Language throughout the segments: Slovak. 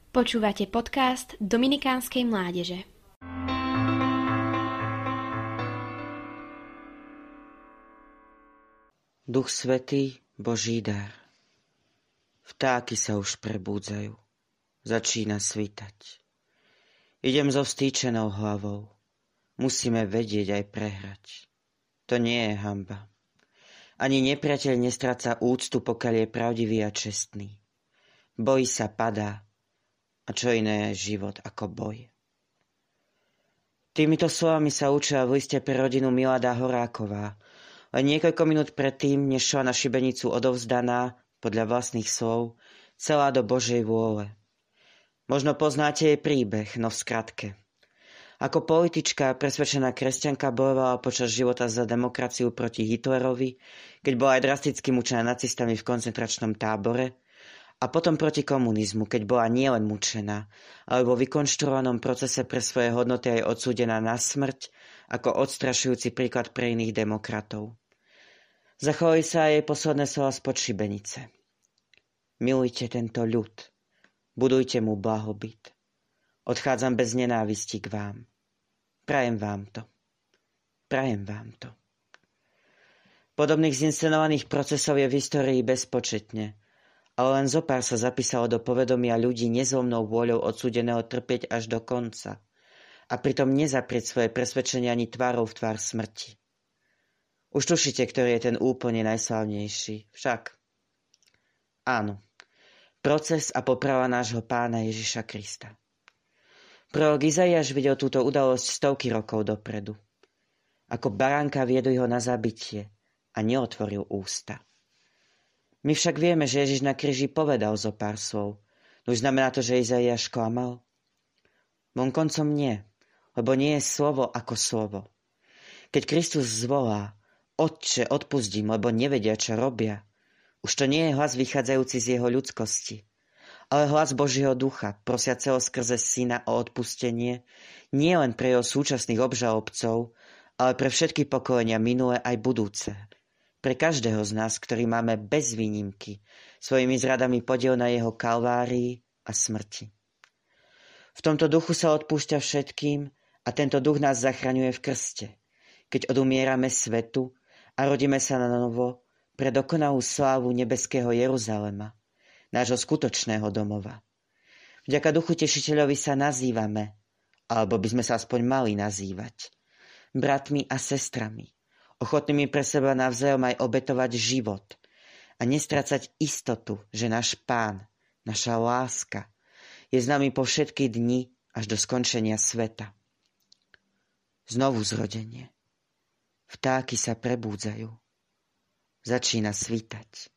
Počúvate podcast Dominikánskej mládeže. Duch Svätý, Boží dar. Vtáky sa už prebúdzajú. Začína svítať. Idem so vstýčenou hlavou. Musíme vedieť aj prehrať. To nie je hanba. Ani nepriateľ nestráca úctu, pokiaľ je pravdivý a čestný. Bojí sa, padá. A čo iné je život ako boj. Týmito slovami sa učila v liste pre rodinu Milada Horáková. Len niekoľko minút predtým, než šla na šibenicu odovzdaná, podľa vlastných slov, celá do Božej vôle. Možno poznáte jej príbeh, no v skratke. Ako politička a presvedčená kresťanka bojovala počas života za demokraciu proti Hitlerovi, keď bola aj drasticky mučená nacistami v koncentračnom tábore, a potom proti komunizmu, keď bola nielen mučená, ale vo vykonštruovanom procese pre svoje hodnoty aj odsúdená na smrť ako odstrašujúci príklad pre iných demokratov. Zachovali sa aj jej posledné slova spod šibenice. Milujte tento ľud, budujte mu blahobyt. Odchádzam bez nenávisti k vám. Prajem vám to. Prajem vám to. Podobných zinscenovaných procesov je v histórii bezpočetne, ale len zopár sa zapísalo do povedomia ľudí nezlomnou vôľou odsúdeného trpieť až do konca a pritom nezaprieť svoje presvedčenie ani tvárou v tvár smrti. Už tušíte, ktorý je ten úplne najslávnejší, však? Áno, proces a poprava nášho Pána Ježiša Krista. Prorok Izaiáš videl túto udalosť stovky rokov dopredu. Ako baránka viedli ho na zabitie a neotvoril ústa. My však vieme, že Ježiš na kríži povedal zo pár slov. No už znamená to, že Izaiáš klamal? Vonkoncom nie, lebo nie je slovo ako slovo. Keď Kristus zvolá, Otče, odpustím, lebo nevedia, čo robia, už to nie je hlas vychádzajúci z jeho ľudskosti, ale hlas Božieho ducha, prosiaceho skrze Syna o odpustenie, nie len pre jeho súčasných obžalobcov, ale pre všetky pokolenia minulé aj budúce. Pre každého z nás, ktorý máme bez výnimky svojimi zradami podiel na jeho kalvárii a smrti. V tomto duchu sa odpúšťa všetkým a tento duch nás zachraňuje v krste, keď odumierame svetu a rodíme sa na novo pre dokonalú slávu nebeského Jeruzalema, nášho skutočného domova. Vďaka duchu tešiteľovi sa nazývame, alebo by sme sa aspoň mali nazývať, bratmi a sestrami, ochotnými pre seba navzájom aj obetovať život a nestrácať istotu, že náš Pán, naša láska, je s nami po všetky dni až do skončenia sveta. Znovu zrodenie. Vtáky sa prebúdzajú. Začína svítať.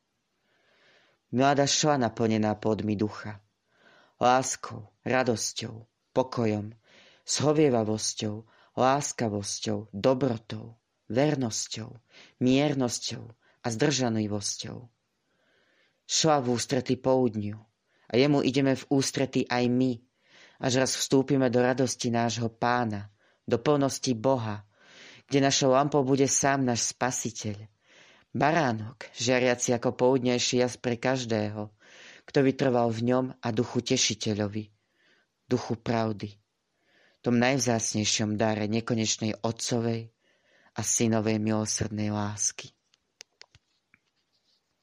Mladá šla naplnená plodmi ducha. Láskou, radosťou, pokojom, zhovievavosťou, láskavosťou, dobrotou, vernosťou, miernosťou a zdržanlivosťou. Šla v ústrety poudniu a jemu ideme v ústrety aj my, až raz vstúpime do radosti nášho Pána, do plnosti Boha, kde našou lampou bude sám náš Spasiteľ, baránok, žiariaci ako poudnejší jas pre každého, kto vytrval v ňom a duchu tešiteľovi, duchu pravdy, tom najvzácnejšom dáre nekonečnej Otcovej a Synovej milosrdnej lásky.